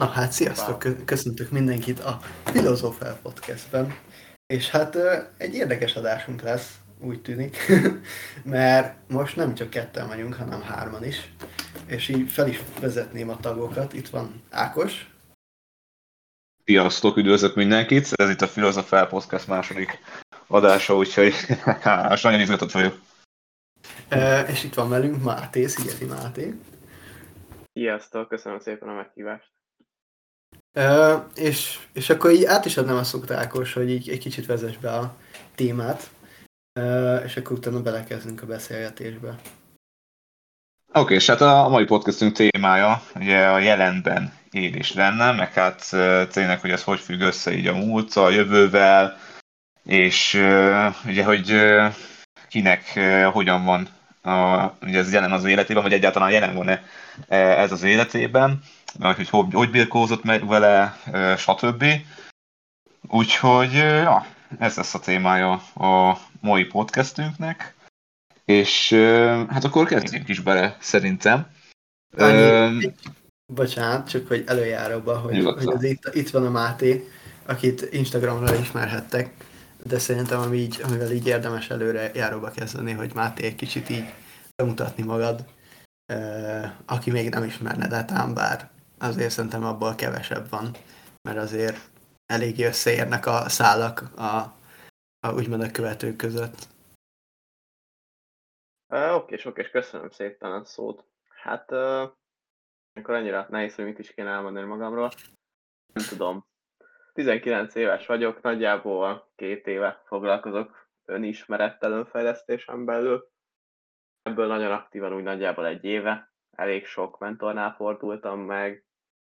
Na hát sziasztok, Wow. köszöntök mindenkit a Filozofál Podcastben. És hát egy érdekes adásunk lesz, úgy tűnik, mert most nem csak ketten vagyunk, hanem hárman is. És így fel is vezetném a tagokat. Itt van Ákos. Sziasztok, üdvözlök mindenkit! Ez itt a Filozofál Podcast második adása, úgyhogy most nagyon izgatott vagyok. És itt van velünk Máté, Szigeti Máté. Sziasztok, köszönöm szépen a meghívást. És akkor így át is adnám a szót Ákos, hogy így egy kicsit vezess be a témát, és akkor utána belekezdünk a beszélgetésbe. Oké, és hát a mai podcastünk témája ugye a jelenben élés lenne, meg hát tényleg, hogy ez hogy függ össze így a múlttal, a jövővel, és ugye, hogy kinek hogyan van ugye ez jelen az életében, vagy egyáltalán jelen van-e ez az életében, hogy birkózott meg vele, stb. Úgyhogy ja, ez lesz a témája a mai podcastünknek, és hát akkor kezdjünk is bele, szerintem. Bocsánat, csak hogy előjáróba, hogy Nyugodtan. itt van a Máté, akit Instagramra ismerhettek, de szerintem amivel így érdemes előre járóba kezdeni, hogy Máté egy kicsit így bemutatni magad, aki még nem ismerne, de ám bár azért szerintem abból kevesebb van, mert azért eléggé összeérnek a szálak úgymond a követők között. Oké, köszönöm szépen a szót. Hát, akkor annyira nehéz, hogy mit is kéne elmondani magamról. Nem tudom. 19 éves vagyok, nagyjából 2 éve foglalkozok önismerettel, önfejlesztésen belül. Ebből nagyon aktívan úgy nagyjából 1 éve. Elég sok mentornál fordultam meg,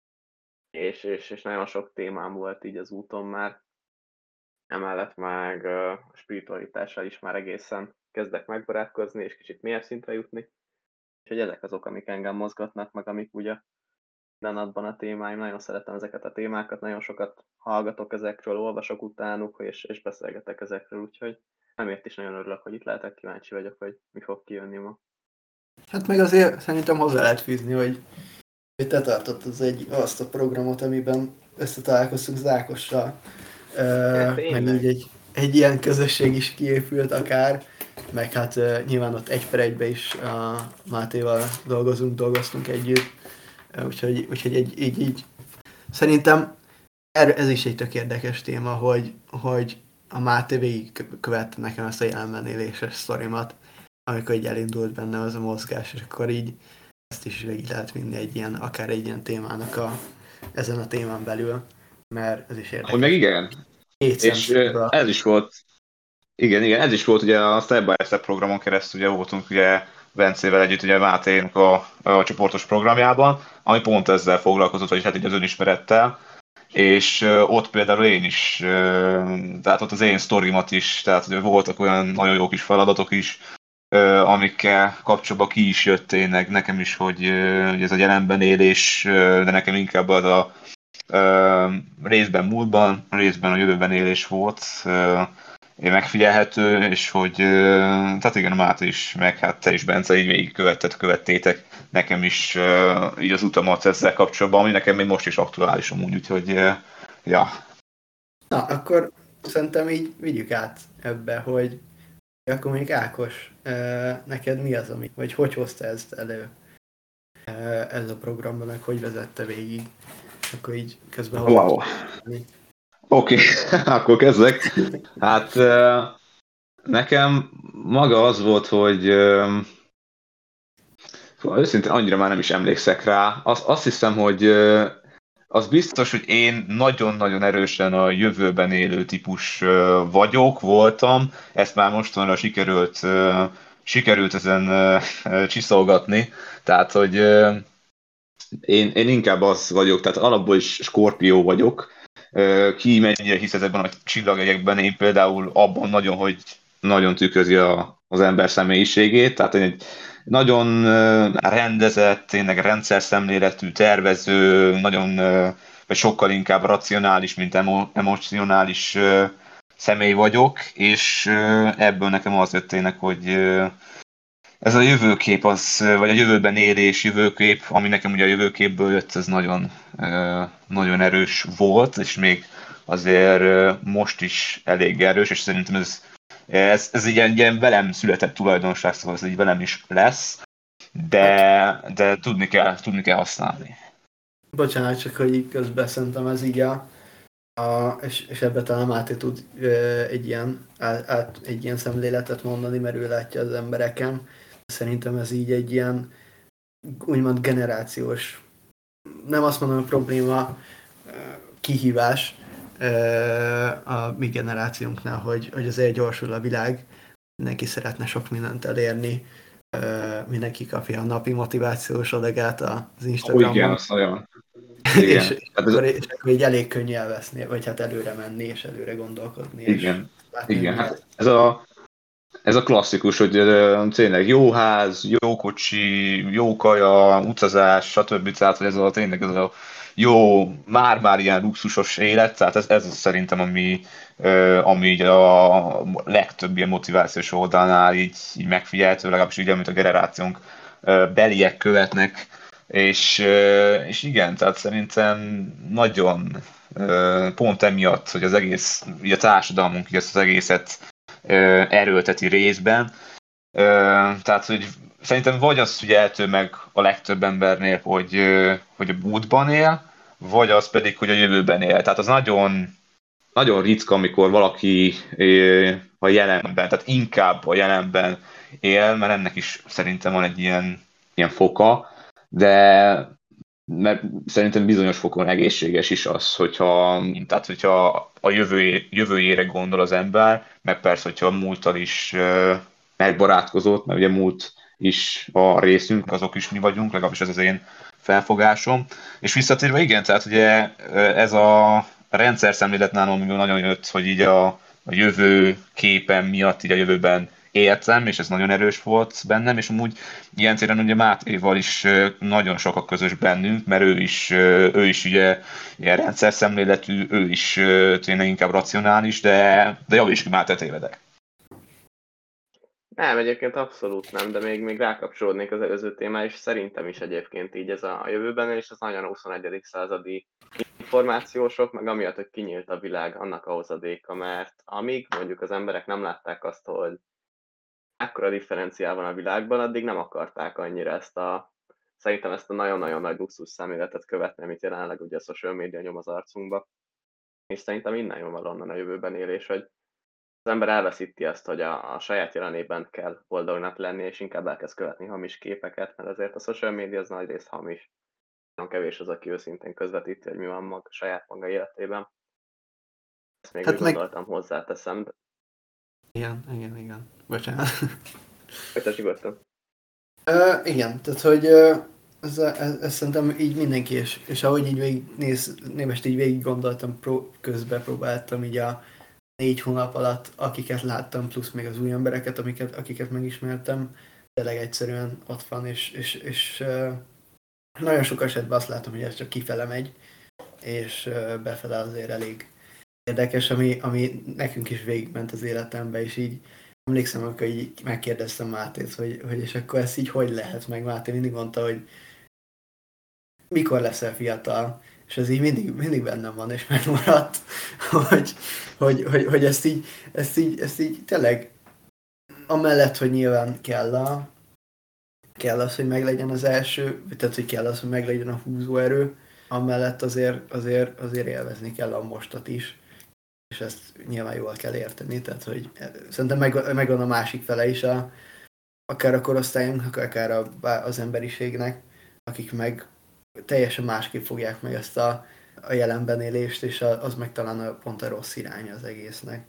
és nagyon sok témám volt így az úton már. Emellett meg a spiritualitással is már egészen kezdek megbarátkozni, és kicsit mélyebb szintre jutni. Úgyhogy ezek azok, amik engem mozgatnak, meg amik ugye mindennapban a témáim. Nagyon szeretem ezeket a témákat, nagyon sokat hallgatok ezekről, olvasok utánuk, és beszélgetek ezekről, úgyhogy emiatt is nagyon örülök, hogy itt lehetek, kíváncsi vagyok, hogy mi fog kijönni ma. Hát meg azért szerintem hozzá lehet fűzni, hogy te tartottad azt a programot, amiben összetalálkoztunk az Ákossal, meg így egy ilyen közösség is kiépült akár, meg hát nyilván ott 1/1 is a Mátéval dolgoztunk együtt, úgyhogy így szerintem ez is egy tök érdekes téma, hogy a Máté végigkövette nekem ezt a jelenben éléses sztorimat, amikor így elindult benne az a mozgás, és akkor így ezt is végig lehet vinni akár egy ilyen témának ezen a témán belül, mert ez is érdekes. Hogy meg igen. És ez is volt, igen, ez is volt ugye a Step by Step programon keresztül ugye voltunk ugye Bencével együtt ugye Máténak a csoportos programjában, ami pont ezzel foglalkozott, vagyis hát így az önismerettel, és ott például én is, tehát ott az én sztorimat is, tehát hogy voltak olyan nagyon jó kis feladatok is, amikkel kapcsolatban ki is jött tényleg nekem is, hogy ez a jelenben élés, de nekem inkább az a részben múltban, részben a jövőben élés volt megfigyelhető, és hogy tehát igen, Máté is, meg hát te is, Bence, így végig követtétek nekem is így az utamat ezzel kapcsolatban, ami nekem még most is aktuális amúgy, úgyhogy ja. Na, akkor szerintem így vigyük át ebbe, hogy akkor mondjuk Ákos, neked mi az, vagy hogy hozta ezt elő ez a programban, meg hogy vezette végig? Akkor így közben Wow. Oké, akkor kezdek. Hát nekem maga az volt, hogy őszintén annyira már nem is emlékszek rá. Azt hiszem, hogy az biztos, hogy én nagyon-nagyon erősen a jövőben élő típus voltam. Ezt már mostanra sikerült ezen csiszolgatni. Tehát, hogy én inkább az vagyok, tehát alapból is Skorpió vagyok. Ki mennyire hisz ezekben a csillagjegyekben, én például abban nagyon, hogy nagyon tükrözi az ember személyiségét, tehát egy nagyon rendezett, tényleg rendszerszemléletű, tervező, nagyon, vagy sokkal inkább racionális, mint emocionális személy vagyok, és ebből nekem az jött tényleg, hogy ez a jövőkép, vagy a jövőben élés jövőkép, ami nekem ugye a jövőképből jött, ez nagyon, nagyon erős volt, és még azért most is elég erős, és szerintem ez ilyen velem született tulajdonság, szóval ez így velem is lesz, de tudni kell használni. Bocsánat, csak hogy így közben szerintem ez így és ebbe talán Máté tud egy ilyen szemléletet mondani, mert ő látja az embereken. Szerintem ez így egy ilyen úgymond generációs, nem azt mondom, hogy probléma, kihívás a mi generációnknál, hogy azért gyorsul a világ, mindenki szeretne sok mindent elérni, mindenki kapja a napi motivációs adagát az Instagramon. Igen, azt nagyon. És akkor így elég könnyű elveszni, vagy hát előre menni, és előre gondolkodni. Igen, és igen. Hát ez a klasszikus, hogy tényleg jó ház, jó kocsi, jó kaja, utazás, stb. Tehát, hogy tényleg ez a jó, már ilyen luxusos élet, tehát ez szerintem, ami így a legtöbb ilyen motivációs oldalnál így megfigyelhető, legalábbis így, amit a generációnk beliek követnek, és igen, tehát szerintem nagyon pont emiatt, hogy az egész, így a társadalmunk így ezt az egészet erőlteti részben. Tehát, hogy szerintem vagy az figyelhető meg a legtöbb embernél, hogy a múltban él, vagy az pedig, hogy a jövőben él. Tehát az nagyon, nagyon ritka, amikor valaki a jelenben, tehát inkább a jelenben él, mert ennek is szerintem van egy ilyen foka, de mert szerintem bizonyos fokon egészséges is az, hogyha a jövőjére gondol az ember, meg persze, hogyha a múlttal is megbarátkozott, mert ugye múlt is a részünk, azok is mi vagyunk, legalábbis ez az én felfogásom. És visszatérve igen, tehát ugye ez a rendszer szemlélet nálam nagyon jött, hogy így a jövő képen miatt így a jövőben éltem, és ez nagyon erős volt bennem, és amúgy ilyen téren ugye Mátéval is nagyon sok a közös bennünk, mert ő is ugye ilyen rendszer szemléletű, ő is tényleg inkább racionális, de javíts ki, Máté, tévedek. Nem, egyébként abszolút nem, de még rákapcsolódnék az előző témára, és szerintem is egyébként így ez a jövőben, és az nagyon a 21. századi információsok, meg amiatt, hogy kinyílt a világ, annak a hozadéka, mert amíg mondjuk az emberek nem látták azt, hogy ekkora differenciál van a világban, addig nem akarták annyira szerintem ezt a nagyon-nagyon nagy luxus szemléletet követni, amit jelenleg ugye a social media nyom az arcunkba. És szerintem innen jön valonnan a jövőben élés, hogy az ember elveszíti azt, hogy a saját jelenében kell boldognak lenni, és inkább elkezd követni hamis képeket, mert azért a social media az nagy rész hamis. Nagyon kevés az, aki őszintén közvetíti, hogy mi van saját maga életében. Ezt még úgy gondoltam, hozzáteszem. De... Igen. Bocsánat. Te nyugodtan. Igen, tehát hogy ez szerintem így mindenki, és ahogy így némest így végig gondoltam, közben próbáltam így a 4 hónap alatt, akiket láttam, plusz még az új embereket, akiket megismertem, tényleg egyszerűen ott van, és nagyon sok esetben azt látom, hogy ez csak kifele megy, és befele azért elég érdekes, ami nekünk is végigment az életembe, és így emlékszem, amikor így megkérdeztem Mátét, hogy és akkor ezt így hogy lehet, meg Máté mindig mondta, hogy mikor leszel fiatal, és ez így mindig bennem van, és megmaradt, hogy ezt így tényleg amellett, hogy nyilván kell az, hogy meglegyen az első, tehát hogy kell az, hogy meglegyen a húzóerő, amellett azért élvezni kell a mostat is, és ezt nyilván jól kell érteni, tehát hogy szerintem megvan a másik fele is, akár a korosztályunknak, akár az emberiségnek, akik meg teljesen másképp fogják meg ezt a jelenben élést, és az meg talán pont a rossz irány az egésznek.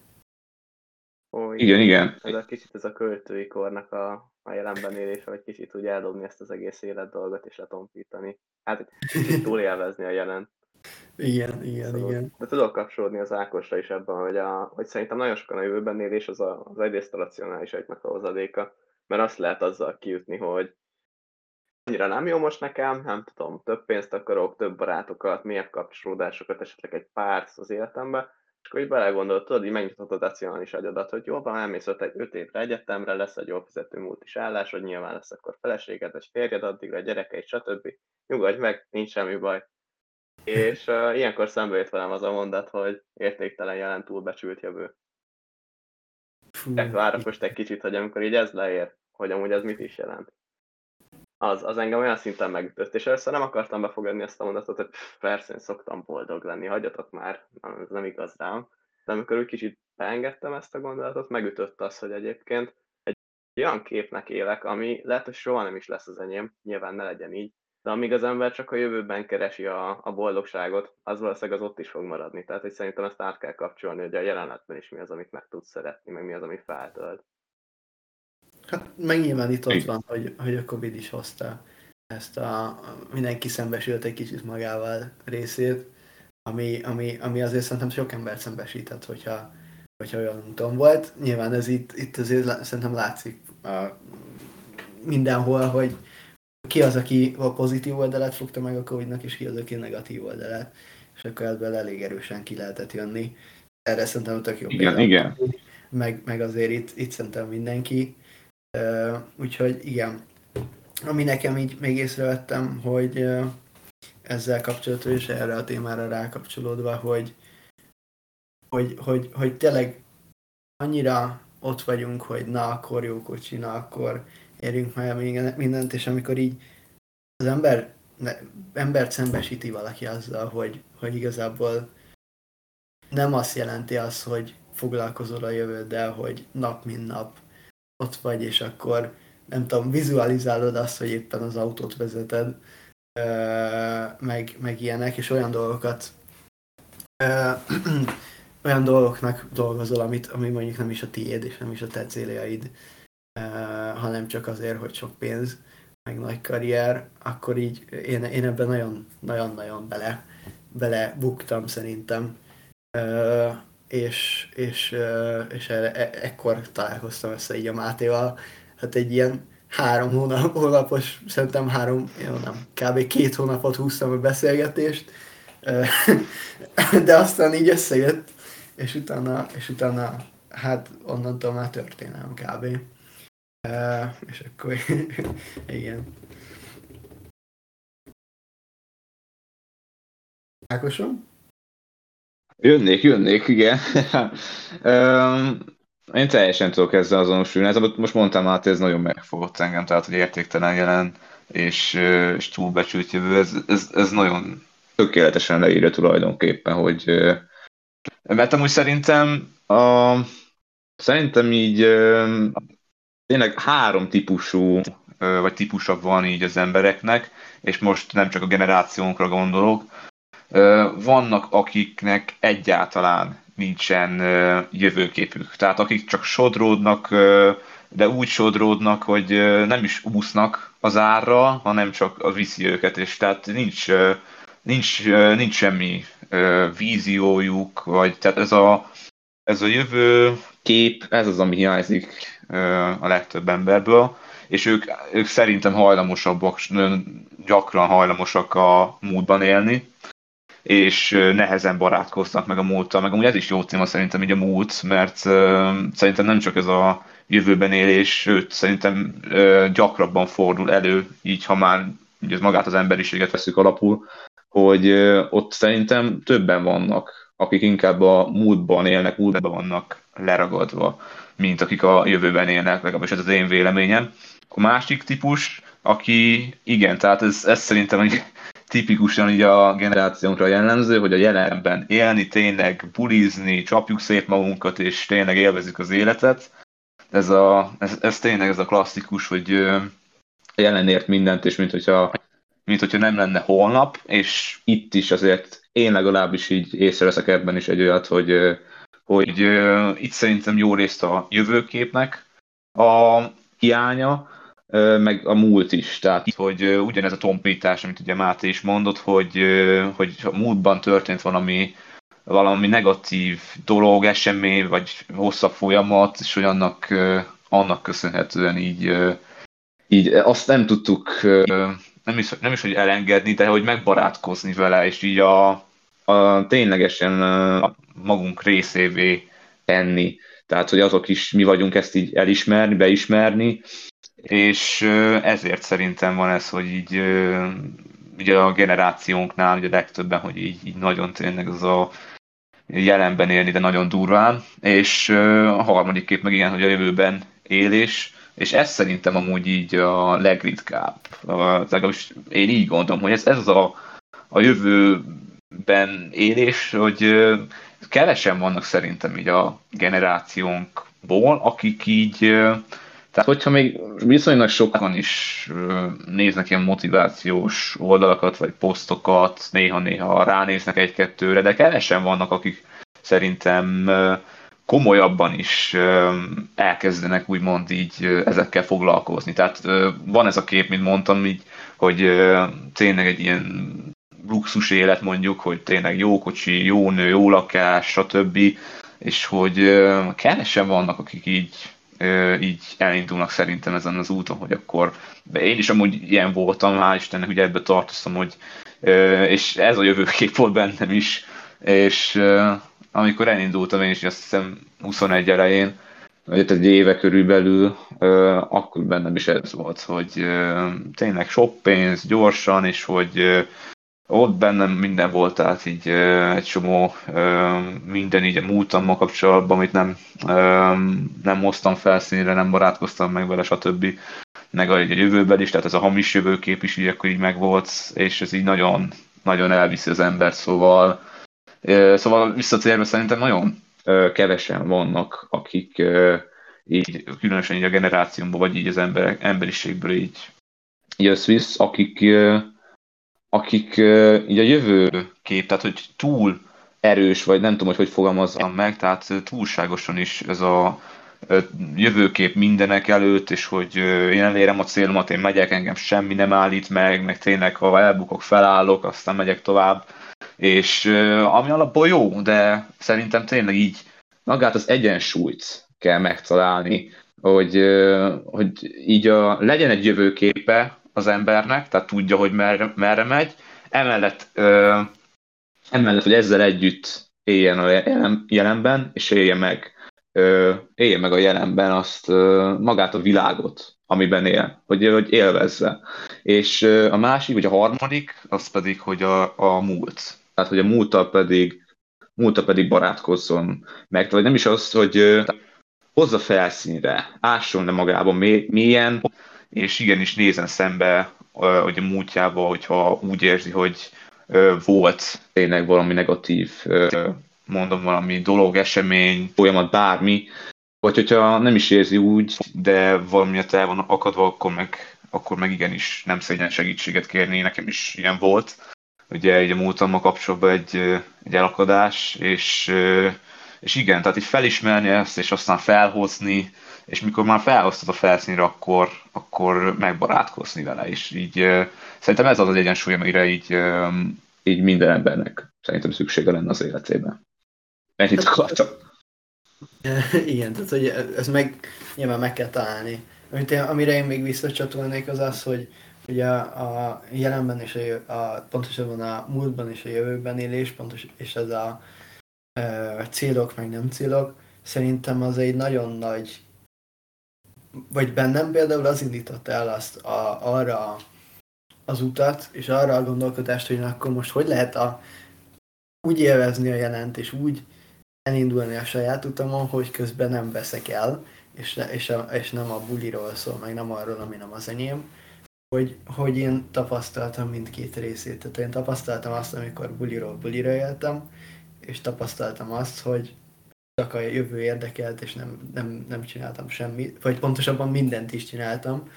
Igen. Ez a költői kornak a jelenben élése, vagy kicsit úgy eldobni ezt az egész élet dolgot, és letompítani. Hát kicsit túlélvezni a jelent. Igen. De tudok kapcsolódni az Ákosra is ebben, hogy szerintem nagyon sokan a jövőben élés az egyrészt a racionális egynek a hozadéka, mert azt lehet azzal kijutni, hogy annyira nem jó most nekem, nem tudom, több pénzt akarok, több barátokat, mélyebb kapcsolódásokat, esetleg egy párt az életembe, És akkor így belegondolod, tudod, így megnyithatod a racionális agyadat, hogy jó, van, elmész 5 évre egyetemre, lesz egy jól fizető multis állás, hogy nyilván lesz akkor feleséged, vagy férjed addig, vagy gyerekeid, stb. Nyugodj meg, nincs semmi baj. És ilyenkor szembe jött velem az a mondat, hogy értéktelen jelen túlbecsült jövő. Várok most egy kicsit, hogy amikor így ez leér, hogy amúgy ez mit is jelent. Az engem olyan szinten megütött, és először nem akartam befogadni ezt a mondatot, hogy persze, én szoktam boldog lenni, hagyjatok már, ez nem igaz rám. De amikor úgy kicsit beengedtem ezt a gondolatot, megütött az, hogy egyébként egy olyan képnek élek, ami lehet, hogy soha nem is lesz az enyém, nyilván ne legyen így, de amíg az ember csak a jövőben keresi a boldogságot, az valószínűleg az ott is fog maradni. Tehát, hogy szerintem ezt át kell kapcsolni, hogy a jelenetben is mi az, amit meg tudsz szeretni, meg mi az, ami feltölt. Hát megnyilván itt ott van, hogy a Covid is hozta ezt mindenki szembesült egy kicsit magával részét, ami azért szerintem sok embert szembesített, hogyha olyan úton volt. Nyilván ez itt azért szerintem látszik mindenhol, hogy ki az, aki a pozitív oldalát fogta meg a Covid-nak, és ki az, aki a negatív oldalát. És akkor ebből elég erősen ki lehetett jönni. Erre szerintem tök jó példa. Igen. Meg azért itt szerintem mindenki. Úgyhogy igen. Ami nekem így még észrevettem, hogy ezzel kapcsolatban és erre a témára rákapcsolódva, hogy tényleg annyira ott vagyunk, hogy na, akkor jó kocsi, na, akkor érjünk meg mindent, és amikor így az embert szembesíti valaki azzal, hogy igazából nem azt jelenti az, hogy foglalkozol a jövőddel, hogy nap mint nap ott vagy, és akkor nem tudom, vizualizálod azt, hogy éppen az autót vezeted, meg ilyenek, és olyan dolgokat olyan dolgoknak dolgozol, ami mondjuk nem is a tiéd, és nem is a te céljaid, hanem csak azért, hogy sok pénz, meg nagy karrier, akkor így én ebben nagyon-nagyon bele buktam szerintem. És ekkor találkoztam össze így a Mátéval, hát egy ilyen 3 hónapos, szerintem kb. 2 hónapot húztam a beszélgetést, de aztán így összejött, és utána hát onnantól már történelem kb. És akkor igen. Ákosom? Jönnék, igen. Én teljesen tudok ezzel azonosulni. Ez, amit most mondtam át, ez nagyon megfogott engem, tehát hogy értéktelen jelen és túlbecsült jövő, ez nagyon tökéletesen leírja tulajdonképpen, hogy mert amúgy szerintem így tényleg 3 típusú vagy típusa van így az embereknek, és most nem csak a generációnkra gondolok. Vannak, akiknek egyáltalán nincsen jövőképük. Tehát akik csak sodródnak, de úgy sodródnak, hogy nem is úsznak az árra, hanem csak viszi őket, és tehát nincs semmi víziójuk, vagy tehát ez a jövő kép, ez az, ami hiányzik a legtöbb emberből, és ők szerintem hajlamosabbak, gyakran hajlamosak a múltban élni, és nehezen barátkoznak meg a múlttal, meg amúgy ez is jó téma szerintem így a múlt, mert szerintem nem csak ez a jövőben élés, sőt szerintem gyakrabban fordul elő, így ha már ugye magát az emberiséget veszük alapul, hogy ott szerintem többen vannak, akik inkább a múltban élnek, múltban vannak leragadva, mint akik a jövőben élnek, legalábbis ez az én véleményem. A másik típus, aki igen, tehát ez szerintem tipikusan így a generációnkra jellemző, hogy a jelenben élni, tényleg bulizni, csapjuk szét magunkat, és tényleg élvezzük az életet. Ez tényleg ez a klasszikus, hogy jelenért mindent, és mint hogyha nem lenne holnap, és itt is azért én legalábbis így észreveszek ebben is egy olyat, hogy itt szerintem jó részt a jövőképnek a hiánya, meg a múlt is. Tehát, hogy ugyanez a tompítás, amit ugye Máté is mondott, hogy a múltban történt valami negatív dolog, esemény, vagy hosszabb folyamat, és hogy annak köszönhetően így azt nem tudtuk nem is, hogy elengedni, de hogy megbarátkozni vele, és így a ténylegesen magunk részévé tenni. Tehát, hogy azok is mi vagyunk ezt így elismerni, beismerni, és ezért szerintem van ez, hogy így ugye a generációnknál ugye legtöbben, hogy így nagyon tényleg az a jelenben élni, de nagyon durván, és a harmadik kép meg igen, hogy a jövőben élés, és ez szerintem amúgy így a legritkább. Legalábbis én így gondolom, hogy ez az a jövőben élés, hogy kevesen vannak szerintem így a generációnkból, akik így, tehát hogyha még viszonylag sokan is néznek ilyen motivációs oldalakat, vagy posztokat, néha-néha ránéznek egy-kettőre, de kevesen vannak, akik szerintem komolyabban is elkezdenek úgymond így ezekkel foglalkozni. Tehát van ez a kép, mint mondtam, így, hogy tényleg egy ilyen luxus élet mondjuk, hogy tényleg jó kocsi, jó nő, jó lakás, stb. És hogy kevesen vannak, akik így elindulnak szerintem ezen az úton, hogy akkor én is amúgy ilyen voltam, hál' Istennek, hogy ebbe tartoztam, hogy és ez a jövőkép volt bennem is, és amikor elindultam én is, azt hiszem 21 elején, vagy egy éve körülbelül, akkor bennem is ez volt, hogy tényleg sok pénz, gyorsan, és hogy ott bennem minden volt, tehát így egy csomó minden így a múltammal kapcsolatban, amit nem hoztam felszínre, nem barátkoztam meg vele, stb. Meg a jövőben is, tehát ez a hamis jövőkép is így akkor így megvolt, és ez így nagyon, nagyon elviszi az embert, szóval visszatérve szerintem nagyon kevesen vannak, akik így, különösen így a generációmból, vagy így az emberiségből így jössz-visz, akik így a jövőkép, tehát hogy túl erős, vagy nem tudom, hogy fogalmazzam meg, tehát túlságosan is ez a jövőkép mindenek előtt, és hogy én elérem a célomat, én megyek, engem semmi nem állít meg tényleg, ha elbukok, felállok, aztán megyek tovább, és ami alapból jó, de szerintem tényleg így magát az egyensúlyt kell megtalálni, hogy így legyen egy jövőképe az embernek, tehát tudja, hogy merre megy, emellett, hogy ezzel együtt éljen a jelenben, és élje meg a jelenben azt magát a világot, amiben él, hogy élvezze. És a másik, vagy a harmadik, az pedig, hogy a múlt. Tehát, hogy a múlttal pedig barátkozzon meg. Vagy nem is az, hogy hozza felszínre, ásson le magában mélyen, és igenis nézzen szembe hogy a múltjába, hogyha úgy érzi, hogy volt tényleg valami negatív, mondom, valami dolog, esemény, folyamat, bármi, vagy hogyha nem is érzi úgy, de valamiért el van akadva, akkor meg igenis nem szégyen segítséget kérni, nekem is ilyen volt. Ugye így a múltammal kapcsolatban egy elakadás, és igen, tehát így felismerni ezt, és aztán felhozni, és mikor már felhoztad a felszínre, akkor megbarátkozni vele, és így szerintem ez az egyensúly, amire így minden embernek szerintem szüksége lenne az életében. Ennyit akartam. Igen, tehát hogy ez nyilván meg kell találni. Amire én még visszacsatolnék az az, hogy ugye a jelenben és pontosabban a múltban és a jövőben élés, és ez a célok meg nem célok, szerintem az egy nagyon nagy, vagy bennem például az indította el azt arra az utat, és arra a gondolkodást, hogy akkor most hogy lehet úgy élvezni a jelent, és úgy elindulni a saját utamon, hogy közben nem veszek el, és nem a buliról szól, meg nem arról, ami nem az enyém, hogy én tapasztaltam mindkét részét. Tehát én tapasztaltam azt, amikor buliról bulira éltem, és tapasztaltam azt, hogy csak a jövő érdekelt, és nem csináltam semmit, vagy pontosabban mindent is csináltam.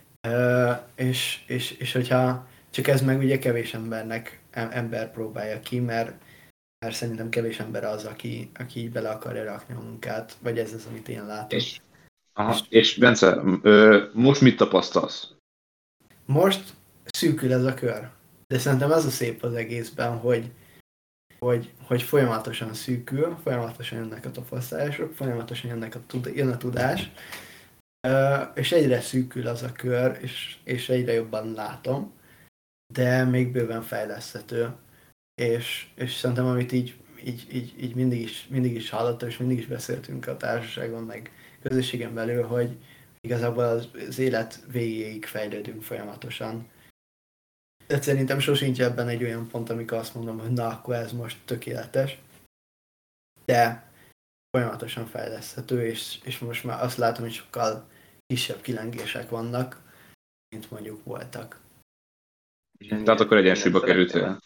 És hogyha csak ez meg ugye kevés ember próbálja ki, mert szerintem kevés ember az, aki így bele akarja rakni a munkát, vagy ez az, amit én látom. És Bence, most mit tapasztalsz? Most szűkül ez a kör. De szerintem ez a szép az egészben, hogy folyamatosan szűkül, folyamatosan jönnek a tapasztalások, folyamatosan jön a tudás, és egyre szűkül az a kör, és egyre jobban látom, de még bőven fejleszthető. És szerintem amit így így mindig is hallottam, és mindig is beszéltünk a társaságon, meg közösségen belül, hogy igazából az élet végéig fejlődünk folyamatosan. De szerintem sosincs ebben egy olyan pont, amikor azt mondom, hogy na, akkor ez most tökéletes. De folyamatosan fejleszthető, és most már azt látom, hogy sokkal kisebb kilengések vannak, mint mondjuk voltak. Tehát akkor egyensúlyba kerültél.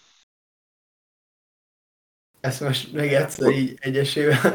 Ezt most még egyszer így egyesével.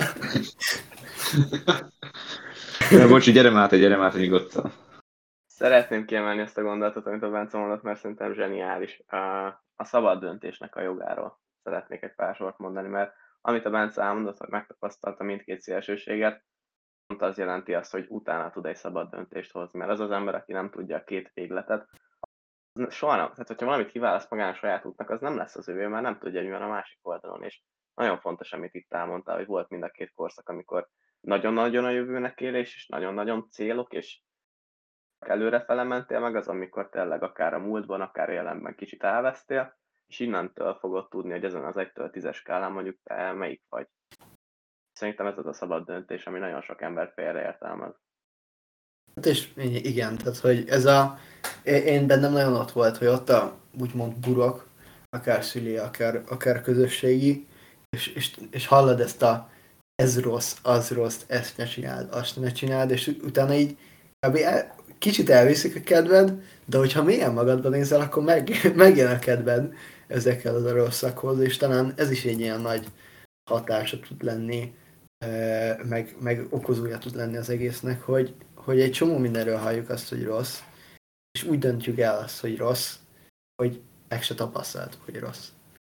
Bocsi, gyere már nyugodtan. Szeretném kiemelni ezt a gondolatot, amit a Bence mondott, mert szerintem zseniális. A szabad döntésnek a jogáról szeretnék egy pár sort mondani, mert amit a Bence elmondott, hogy megtapasztalta mindkét szélsőséget, pont az jelenti azt, hogy utána tud egy szabad döntést hozni, mert az az ember, aki nem tudja a két végletet, soha nem, tehát hogyha valamit kiválaszt magának saját útnak, az nem lesz az övé, mert nem tudja, hogy mi van a másik oldalon, és nagyon fontos, amit itt elmondtál, hogy volt mind a két korszak, amikor nagyon-nagyon a jövőnek élés, és nagyon-nagyon célok, és előrefele mentél, meg az, amikor tényleg akár a múltban, akár a jelenben kicsit elvesztél, és innentől fogod tudni, hogy ezen az 1-től 10-es skálán mondjuk te melyik vagy. Szerintem ez az a szabad döntés, ami nagyon sok ember félreértelmez. Hát és igen, tehát hogy ez én bennem nagyon ott volt, hogy ott a úgymond burok, akár szüli, akár közösségi, és hallod ezt ez rossz, az rossz, ezt ne csináld, azt ne csináld, és utána így kicsit elviszik a kedved, de hogyha mélyen magadban nézel, akkor megjön a kedved ezekkel az a rosszakhoz, és talán ez is egy ilyen nagy hatása tud lenni, meg okozója tud lenni az egésznek, hogy egy csomó mindenről halljuk azt, hogy rossz, és úgy döntjük el azt, hogy rossz, hogy meg se tapasztalt, hogy rossz.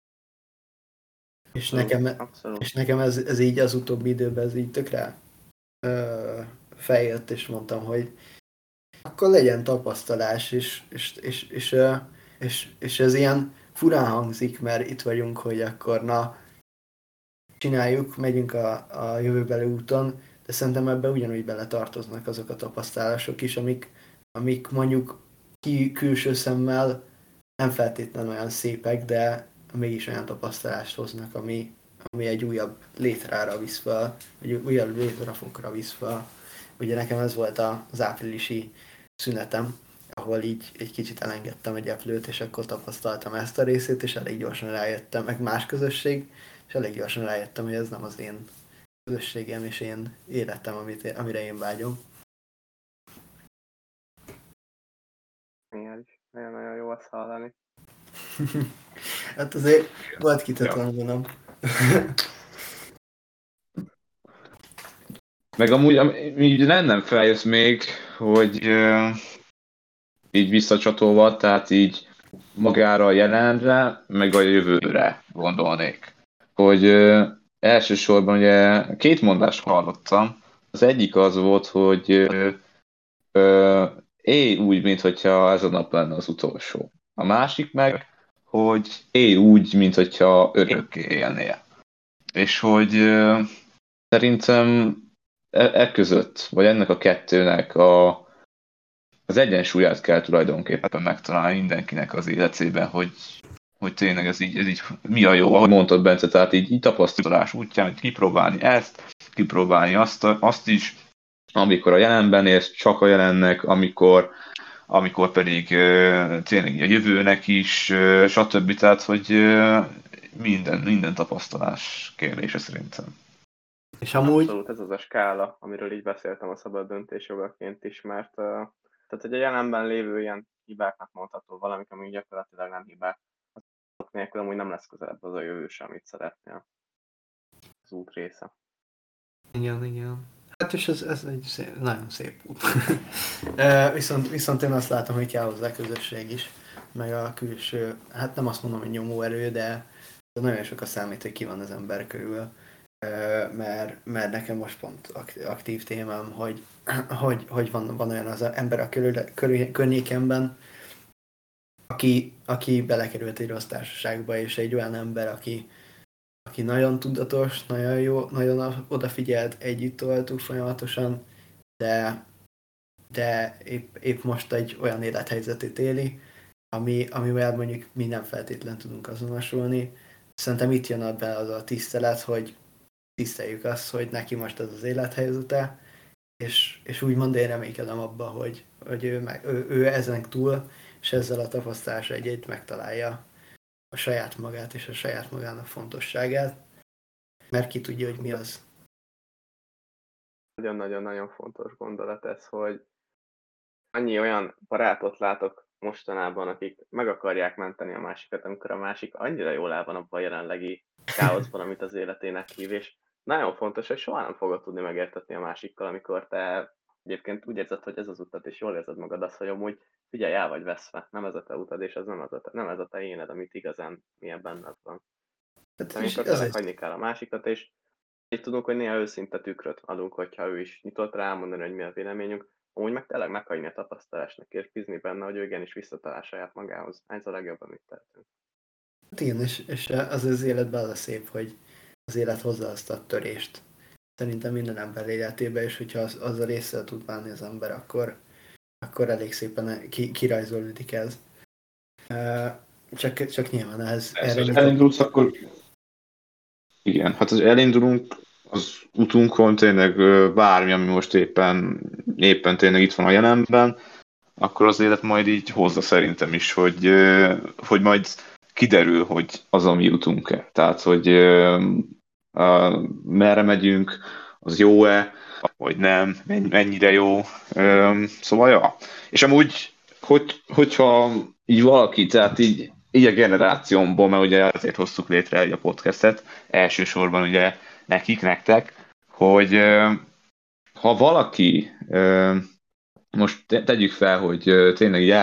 És nekem ez így az utóbbi időben ez így tökre feljött, és mondtam, hogy akkor legyen tapasztalás, és ez ilyen furán hangzik, mert itt vagyunk, hogy akkor na, csináljuk, megyünk a jövőbeli úton, de szerintem ebben ugyanúgy bele tartoznak azok a tapasztalások is, amik mondjuk külső szemmel nem feltétlenül olyan szépek, de mégis olyan tapasztalást hoznak, ami egy újabb létrára visz fel, egy újabb létrafokra visz fel. Ugye nekem ez volt az áprilisi szünetem, ahol így egy kicsit elengedtem egy eplőt, és akkor tapasztaltam ezt a részét, és elég gyorsan rájöttem, meg más közösség, és elég gyorsan rájöttem, hogy ez nem az én közösségem és én életem, amire én vágyom. Igen, nagyon-nagyon jó azt hallani. Hát azért volt kitett valamilyen. Meg amúgy így nem feljössz még, hogy így visszacsatolva, tehát így magára a jelenre, meg a jövőre gondolnék. Hogy elsősorban ugye két mondást hallottam. Az egyik az volt, hogy élj úgy, mintha ez a nap lenne az utolsó. A másik meg, hogy élj úgy, mintha örökké élnél. És hogy szerintem között, vagy ennek a kettőnek az egyensúlyát kell tulajdonképpen megtalálni mindenkinek az életében, hogy tényleg ez így mi a jó, ahogy mondtad, Bence, tehát így tapasztalás útján, hogy kipróbálni ezt, kipróbálni azt is, amikor a jelenben élsz, csak a jelennek, amikor pedig tényleg a jövőnek is, stb. Tehát, hogy minden tapasztalás kérdése szerintem. És amúgy... Abszolút ez az a skála, amiről így beszéltem a szabad döntés jogaként is, mert tehát, hogy a jelenben lévő ilyen hibáknak mondható valamik, ami gyakorlatilag nem hibák, azok nélkül amúgy nem lesz közelebb az a jövő sem, amit szeretnél. Az út része. Igen. Hát és ez egy nagyon szép út. viszont én azt látom, hogy kell hozzá közösség is, meg a külső, hát nem azt mondom, hogy nyomóerő, de nagyon sok a számít, hogy ki van az ember körül. Mert nekem most pont aktív témám, hogy van olyan az ember a környékemben, aki belekerült egy rossz társaságba, és egy olyan ember, aki nagyon tudatos, nagyon jó, nagyon odafigyelt, együtt toltuk folyamatosan, de épp most egy olyan élethelyzetét éli, amivel mondjuk mi nem feltétlen tudunk azonosulni, szerintem itt jön be az a tisztelet, hogy tiszteljük azt, hogy neki most ez az élethelyzete, és úgymond én reménykedem abba, hogy ő ezen túl, és ezzel a tapasztalása egyét megtalálja a saját magát és a saját magának fontosságát, mert ki tudja, hogy mi az. Nagyon-nagyon-nagyon fontos gondolat ez, hogy annyi olyan barátot látok mostanában, akik meg akarják menteni a másikat, amikor a másik annyira jól el van abban a jelenlegi káoszban, amit az életének hív, és nagyon fontos, hogy soha nem fogod tudni megértetni a másikkal, amikor te egyébként úgy érzed, hogy ez az utat, és jól érzed magad, azt, hogy amúgy figyelj, el vagy veszve, nem ez a te utad, és ez nem ez a te éned, amit igazán milyen benned van. Hát Amikor tényleg hagyni kell a másikat, és így tudunk, hogy néha őszinte tükröt adunk, hogyha ő is nyitott rá elmondani, hogy mi a véleményünk, amúgy meg tényleg meghagyni a tapasztalásnak, és bízni benne, hogy ő igenis visszatalál saját magához. Ez a legjobb, amit tehetünk. Hát igen, és az életben az a szép, hogy az élet hozza azt a törést. Szerintem minden ember életében, és hogyha az a résszel tud bánni az ember, akkor elég szépen kirajzolódik ez. Csak nyilván ez erre elindulsz, akkor igen, hát az elindulunk az utunkon tényleg bármi, ami most éppen tényleg itt van a jelenben, akkor az élet majd így hozza szerintem is, hogy majd kiderül, hogy az a mi utunk-e. Tehát, hogy merre megyünk, az jó-e, vagy nem, mennyire jó. Szóval, ja. És amúgy, hogyha így valaki, tehát így a generációmból, mert ugye azért hoztuk létre a podcastet, elsősorban ugye nektek, hogy ha valaki, most tegyük fel, hogy tényleg így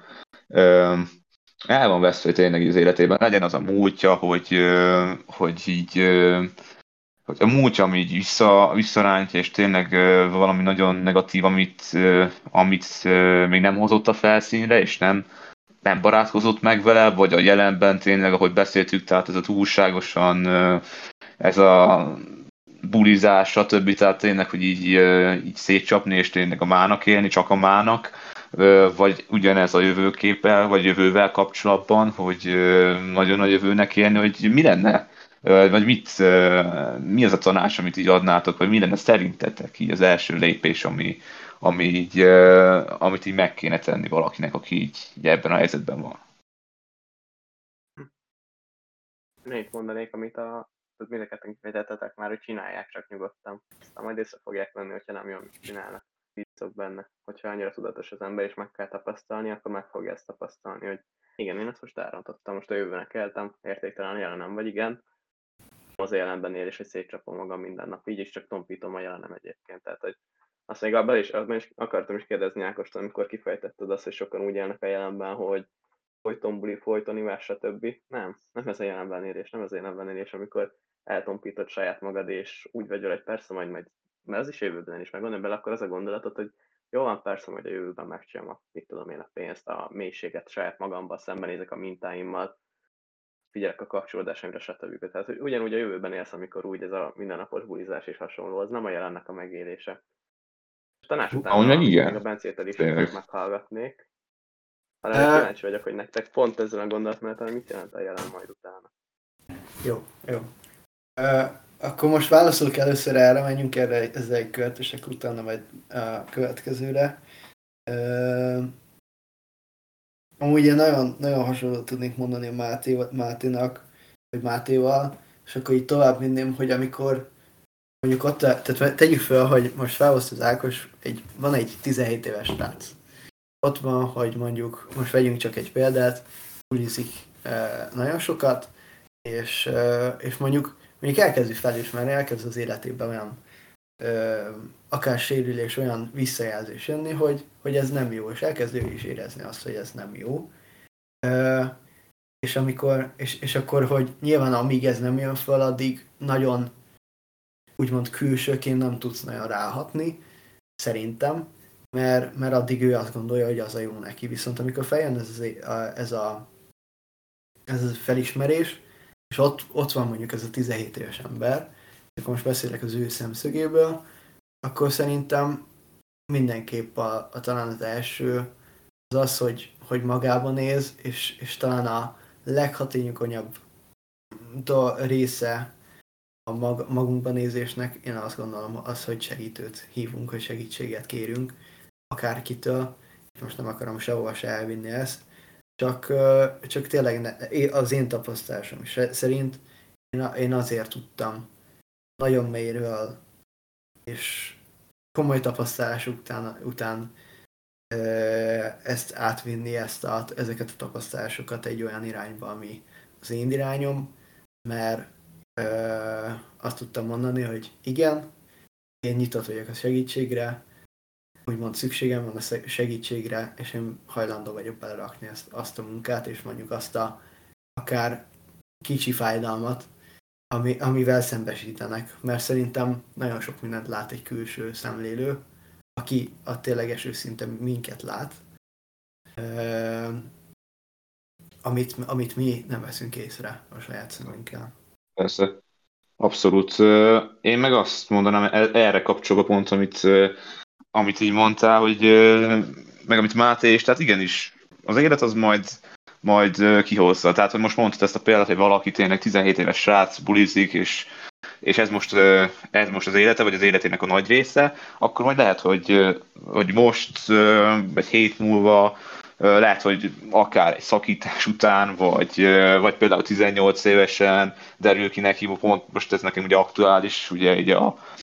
el van veszve tényleg az életében, legyen az a múltja, hogy így hogy a múltja, ami így visszarántja, és tényleg valami nagyon negatív, amit még nem hozott a felszínre, és nem barátkozott meg vele, vagy a jelenben tényleg, ahogy beszéltük, tehát ez a túlságosan, ez a bulizás, stb. Tehát tényleg, hogy így szétcsapni, és tényleg a mának élni, csak a mának, vagy ugyanez a jövőképpel, vagy jövővel kapcsolatban, hogy nagyon a jövőnek élni, hogy mi lenne, vagy mi az a tanács, amit így adnátok, vagy mi lenne szerintetek így az első lépés, amit így meg kéne tenni valakinek, aki így ebben a helyzetben van. Én mondanék, amit mind a ketten kifejtettetek már, hogy csinálják csak nyugodtan. Aztán majd észre fogják venni, hogyha nem jól csinálnak. Bízok benne. Hogyha annyira tudatos az ember, és meg kell tapasztalni, akkor meg fogja ezt tapasztalni, hogy igen, én ezt most elrontottam, most a jövőnek éltem, értéktelen jelenem, vagy igen, az a jelenben él, és hogy szétcsapom magam minden nap, így is csak tompítom a jelenem egyébként. Tehát, hogy azt még abban is akartam is kérdezni Ákostól, amikor kifejtetted azt, hogy sokan úgy élnek a jelenben, hogy folyton buli, folyton ivás, stb. Nem ez a jelenben élés, nem ez a jelenben élés, amikor eltompítod saját magad, és úgy vagy vele, hogy persze majd, mert az is jövőben is, meg gondolj bele, akkor az a gondolatot, hogy jó van, persze majd a jövőben megcsinálom a, mit tudom én, a pénzt, a mélységet saját magamban, szembenézek a mintáimmal, figyelek a kapcsolódásaimra, stb. Tehát, hogy ugyanúgy a jövőben élsz, amikor úgy ez a mindennapos bulizás és hasonló, az nem a jelennek a megélése. És tanács után még a Bencétől is meghallgatnék. Hanem kíváncsi vagyok, hogy nektek pont ezzel a gondolatmenetem mit jelent a jelen majd utána. Jó. Akkor most válaszolok először erre, menjünk erre ezzel egy kört, és akkor utána majd a következőre. Amúgy én nagyon, nagyon hasonlót tudnék mondani a Máténak, vagy Mátéval, és akkor így tovább minném, hogy amikor mondjuk ott, tehát tegyük fel, hogy most felhozta az Ákos, van egy 17 éves srác. Ott van, hogy mondjuk, most vegyünk csak egy példát, bulizik nagyon sokat, és mondjuk elkezdi felismerni, elkezd az életében olyan akár sérülés, olyan visszajelzés jönni, hogy ez nem jó, és elkezd ő is érezni azt, hogy ez nem jó. És akkor, hogy nyilván amíg ez nem jön fel, addig nagyon úgymond külsőként nem tudsz nagyon ráhatni, szerintem, mert addig ő azt gondolja, hogy az a jó neki. Viszont amikor feljön ez a felismerés, és ott van mondjuk ez a 17 éves ember, akkor most beszélek az ő szemszögéből, akkor szerintem mindenképp talán az első az, hogy magában néz, és talán a leghatékonyabb része a magunkba nézésnek, én azt gondolom az, hogy segítőt hívunk, hogy segítséget kérünk akárkitől. Most nem akarom sehova se elvinni ezt, csak tényleg az én tapasztalásom szerint én azért tudtam nagyon mélyről és komoly tapasztalás után ezt átvinni, ezeket a tapasztalásokat egy olyan irányba, ami az én irányom, mert azt tudtam mondani, hogy igen, én nyitott vagyok a segítségre, úgymond szükségem van a segítségre, és én hajlandó vagyok belerakni azt a munkát, és mondjuk azt a akár kicsi fájdalmat, amivel szembesítenek. Mert szerintem nagyon sok mindent lát egy külső szemlélő, aki a tényleges őszinte minket lát, amit mi nem veszünk észre a saját szemünkkel. Persze, abszolút. Én meg azt mondanám, erre kapcsolva pont, amit így mondtál, hogy meg amit Máté is, tehát igenis, az élet az majd kihozza. Tehát, hogy most mondtad ezt a példát, hogy valaki tényleg 17 éves srác bulizik, és ez most az élete, vagy az életének a nagy része, akkor majd lehet, hogy most, egy hét múlva, lehet, hogy akár egy szakítás után, vagy például 18 évesen derül ki neki, pont most ez nekem ugye aktuális, ugye így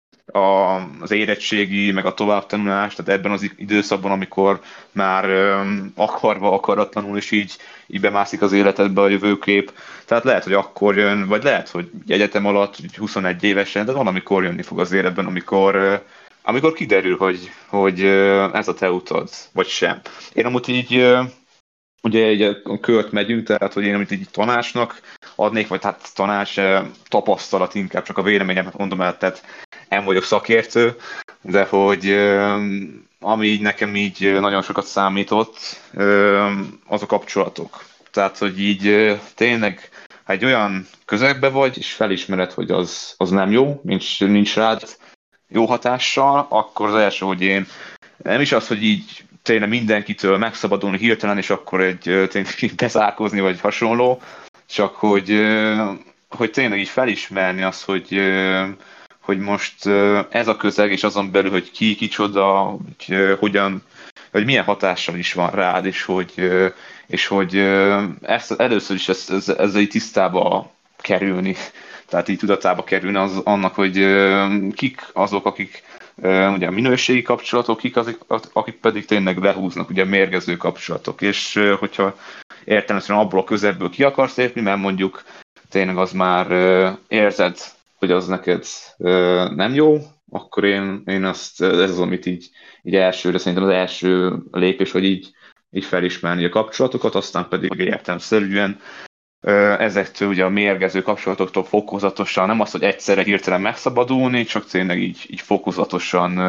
az érettségi, meg a továbbtanulás, tehát ebben az időszakban, amikor már akarva, akaratlanul is így bemászik az életedbe a jövőkép. Tehát lehet, hogy akkor jön, vagy lehet, hogy egyetem alatt, 21 évesen, de valamikor jönni fog az életben, amikor kiderül, hogy ez a te utad, vagy sem. Én amúgy így, ugye egy a kört megyünk, tehát hogy én amit így tanácsnak adnék, vagy hát tanács, tapasztalat inkább, csak a véleményemet mondom el, tehát nem vagyok szakértő, de hogy ami így nekem így nagyon sokat számított, az a kapcsolatok. Tehát, hogy így tényleg, ha egy olyan közegbe vagy, és felismered, hogy az nem jó, nincs rád jó hatással, akkor az első, hogy én nem is az, hogy így tényleg mindenkitől megszabadulni hirtelen, és akkor tényleg bezárkózni, vagy hasonló, csak hogy tényleg így felismerni azt, hogy most ez a közeg, és azon belül, hogy kicsoda, hogyan, hogy milyen hatással is van rád, és hogy először is ezzel így tisztába kerülni, tehát így tudatába kerülni annak, hogy kik azok, akik ugye a minőségi kapcsolatok, kik azok, akik pedig tényleg lehúznak, ugye mérgező kapcsolatok, és hogyha értelemszerűen abból a közegből ki akarsz lépni, mert mondjuk tényleg az már érzed, hogy az neked nem jó, akkor én ez az, amit így elsőre, szerintem az első lépés, hogy így felismerni a kapcsolatokat, aztán pedig értelemszerűen ezektől ugye a mérgező kapcsolatoktól fokozatosan, nem az, hogy egyszerre hirtelen megszabadulni, csak tényleg így fokozatosan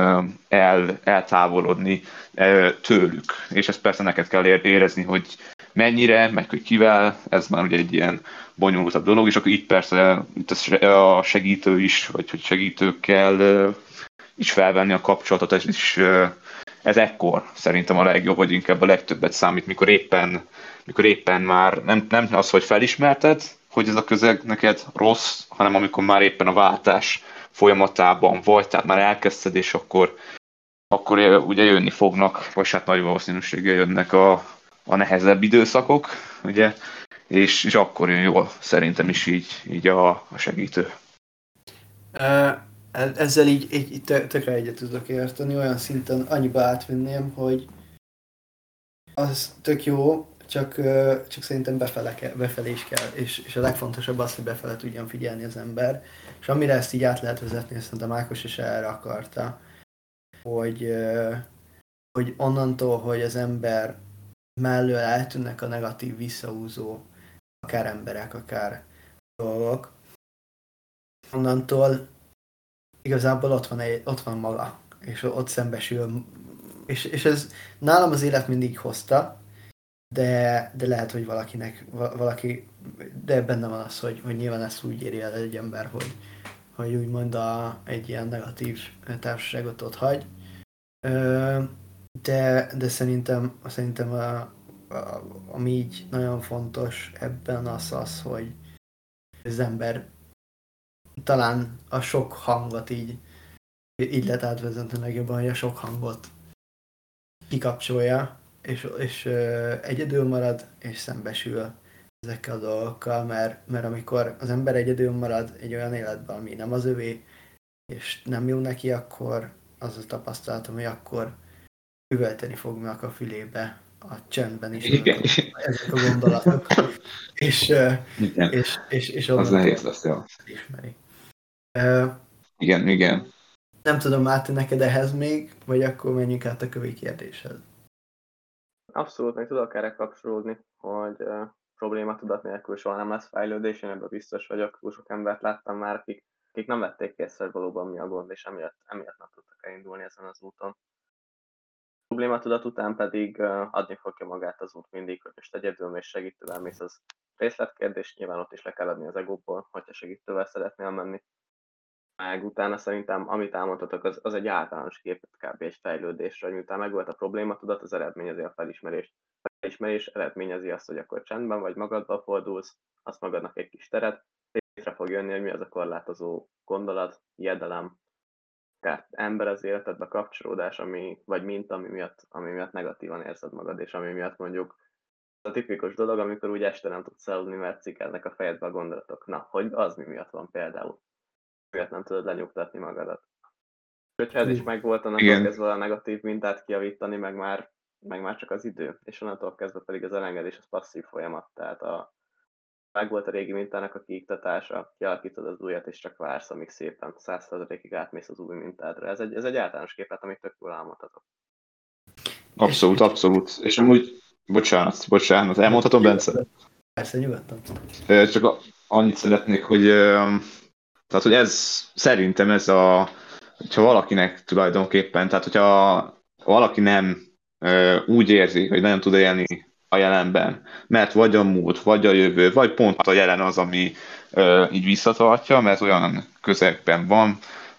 eltávolodni tőlük. És ezt persze neked kell érezni, hogy mennyire, meg hogy kivel, ez már ugye egy ilyen bonyolultabb dolog, és akkor itt persze itt a segítő is, vagy hogy segítőkkel is felvenni a kapcsolatot, ez ekkor szerintem a legjobb, vagy inkább a legtöbbet számít, mikor éppen már nem az, hogy felismerted, hogy ez a közeg neked rossz, hanem amikor már éppen a váltás folyamatában vagy, tehát már elkezdted, és akkor ugye jönni fognak, vagy hát nagy valószínűséggel jönnek a nehezebb időszakok, ugye, és akkor jön jól szerintem is így a segítő. Ezzel így tökre egyet tudok érteni, olyan szinten annyiba átvinném, hogy az tök jó, csak szerintem befelé is kell, és a legfontosabb az, hogy befele tudjon figyelni az ember, és amire ezt így át lehet vezetni, szerintem Ákos is erre akarta, hogy onnantól, hogy az ember mellől eltűnnek a negatív visszahúzó akár emberek, akár dolgok, onnantól igazából ott van maga, és ott szembesül, és ez nálam az élet mindig hozta, de lehet, hogy valaki, de benne van az, hogy nyilván ezt úgy éri el egy ember, hogy úgymond egy ilyen negatív társaságot ott hagy. De szerintem ami így nagyon fontos ebben az, hogy az ember talán a sok hangot így lehet átvezetni legjobban, hogy a sok hangot kikapcsolja, és egyedül marad, és szembesül ezekkel a dolgokkal, mert amikor az ember egyedül marad egy olyan életben, ami nem az övé, és nem jó neki, akkor az a tapasztalatom, hogy akkor üvölteni fognak a fülébe a csendben is ezek a gondolatok, és az nehéz onnantól lesz, jó. ismeri. Igen. Nem tudom, Máté, neked ehhez még, vagy akkor menjünk át a kövi kérdéshez. Abszolút, meg tudok erre kapcsolódni, hogy problématudat nélkül soha nem lesz fejlődés, én ebben biztos vagyok. Túl sok embert láttam már, akik nem vették észre, hogy valóban mi a gond, és emiatt nem tudtak elindulni ezen az úton. Problématudat után pedig adni fogja magát az út mindig, hogy most egyedül és segítővel mész, az részletkérdés, nyilván ott is le kell adni az egóból, hogyha segítővel szeretnél menni. Meg utána szerintem, amit elmondhatok, az egy általános képet kb. Egy fejlődésre, hogy miután megvolt a problématudat, az eredményezi a felismerést. A felismerés eredményezi azt, hogy akkor csendben vagy, magadba fordulsz, azt magadnak egy kis teret, létre fog jönni, hogy mi az a korlátozó gondolat, hiedelem, akár ember az életedbe, kapcsolódás, vagy minta, ami miatt negatívan érzed magad, és ami miatt mondjuk a tipikus dolog, amikor úgy este nem tudsz aludni, mert cikelnek a fejedbe a gondolatok. Na, hogy az mi miatt van például? Miatt nem tudod lenyugtatni magadat. Hogyha ez is megvolt, onnantól kezdve a negatív mintát kijavítani, meg már csak az idő. És onnantól kezdve pedig az elengedés az passzív folyamat. Tehát megvolt a régi mintának a kiiktatása, kialakítod az újat, és csak vársz, amíg szépen 100%-ig átmész az új mintádra. Ez egy általános képlet, amit tök jól elmondhatok. Abszolút. És amúgy, bocsánat, elmondhatom, Bence? Persze, nyugodtan. Csak annyit szeretnék, hogy tehát, hogy szerintem hogyha valakinek tulajdonképpen, tehát hogyha valaki nem úgy érzi, hogy nem tud élni a jelenben, mert vagy a múlt, vagy a jövő, vagy pont a jelen az, ami így visszatartja, mert olyan közegben van,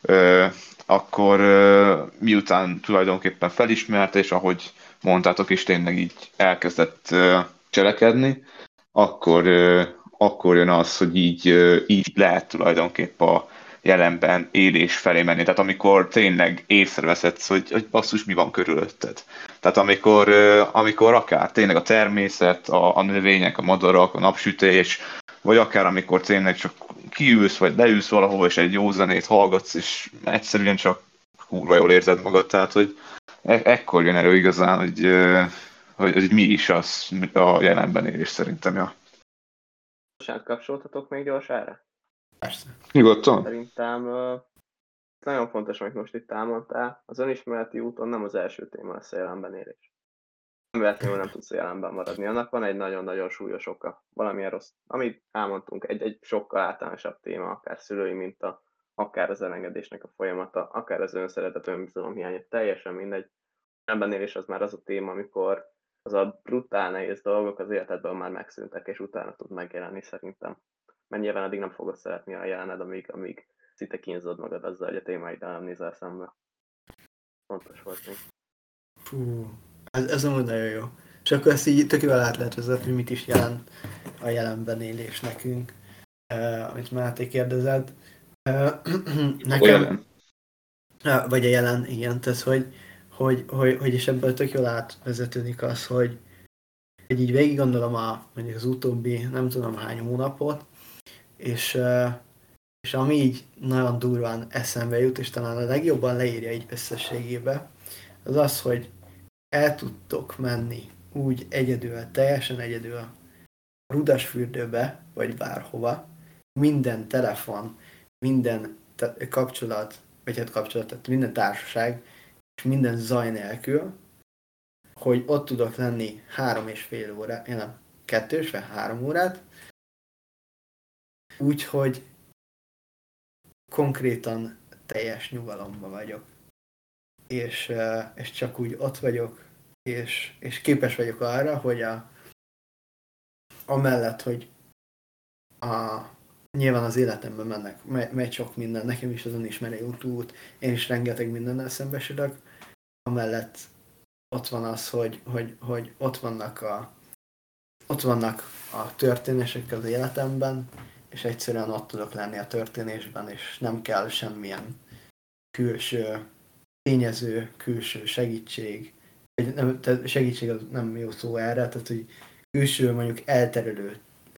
akkor miután tulajdonképpen felismert, és ahogy mondtátok is, tényleg így elkezdett cselekedni, akkor jön az, hogy így lehet tulajdonképpen a jelenben élés felé menni. Tehát amikor tényleg észreveszed, hogy basszus, mi van körülötted. Tehát amikor akár tényleg a természet, a növények, a madarak, a napsütés, vagy akár amikor tényleg csak kiülsz, vagy leülsz valahol, és egy jó zenét hallgatsz, és egyszerűen csak kurva jól érzed magad. Tehát, hogy ekkor jön elő igazán, hogy mi is az a jelenben élés szerintem, ja. Bocsánat, kapcsoltatok még gyorsára? Persze. Nyugodtan. Szerintem nagyon fontos, amit most itt elmondtál. Az önismereti úton nem az első téma lesz a jelenben élés. Nem véletlenül nem tudsz a jelenben maradni. Annak van egy nagyon-nagyon súlyos oka. Valamilyen rossz. Amit elmondtunk, egy sokkal általánosabb téma, akár szülői minta, akár az elengedésnek a folyamata, akár az önszeretet, önbizalom hiánya, teljesen mindegy. Jelenben élés az már az a téma, amikor az a brutál nehéz dolgok az életedben már megszűntek, és utána tud megjelenni szerintem. Mert nyilván addig nem fogod szeretni a jelened, amíg szinte kínzod magad azzal, hogy a témaiddal nem nézel szembe. Fontos volt még. Fú, ez amúgy nagyon jó. És akkor ezt így tök jól át lehet vezetni, hogy mit is jelent a jelenben élés nekünk, amit Máté kérdezett. Nekem, vagy a jelen, igen, tehát hogy és ebből tök jól átvezetődik az, hogy így végig gondolom mondjuk az utóbbi nem tudom hány hónapot, és ami így nagyon durván eszembe jut, és talán a legjobban leírja így összességébe, az az, hogy el tudtok menni úgy egyedül, teljesen egyedül a Rudasfürdőbe, vagy bárhova, minden telefon, minden kapcsolat, tehát minden társaság, és minden zaj nélkül, hogy ott tudok lenni 3,5 órát, nem, 2,5-3 órát, úgyhogy konkrétan teljes nyugalomban vagyok. És csak úgy ott vagyok, és képes vagyok arra, hogy amellett, hogy nyilván az életemben megy sok minden, nekem is az önismereti út, én is rengeteg mindennel szembesülök, amellett ott van az, hogy ott vannak a történések az életemben, és egyszerűen ott tudok lenni a történésben, és nem kell semmilyen külső tényező, külső segítség. Tehát segítség az nem jó szó erre, tehát hogy külső mondjuk elterelő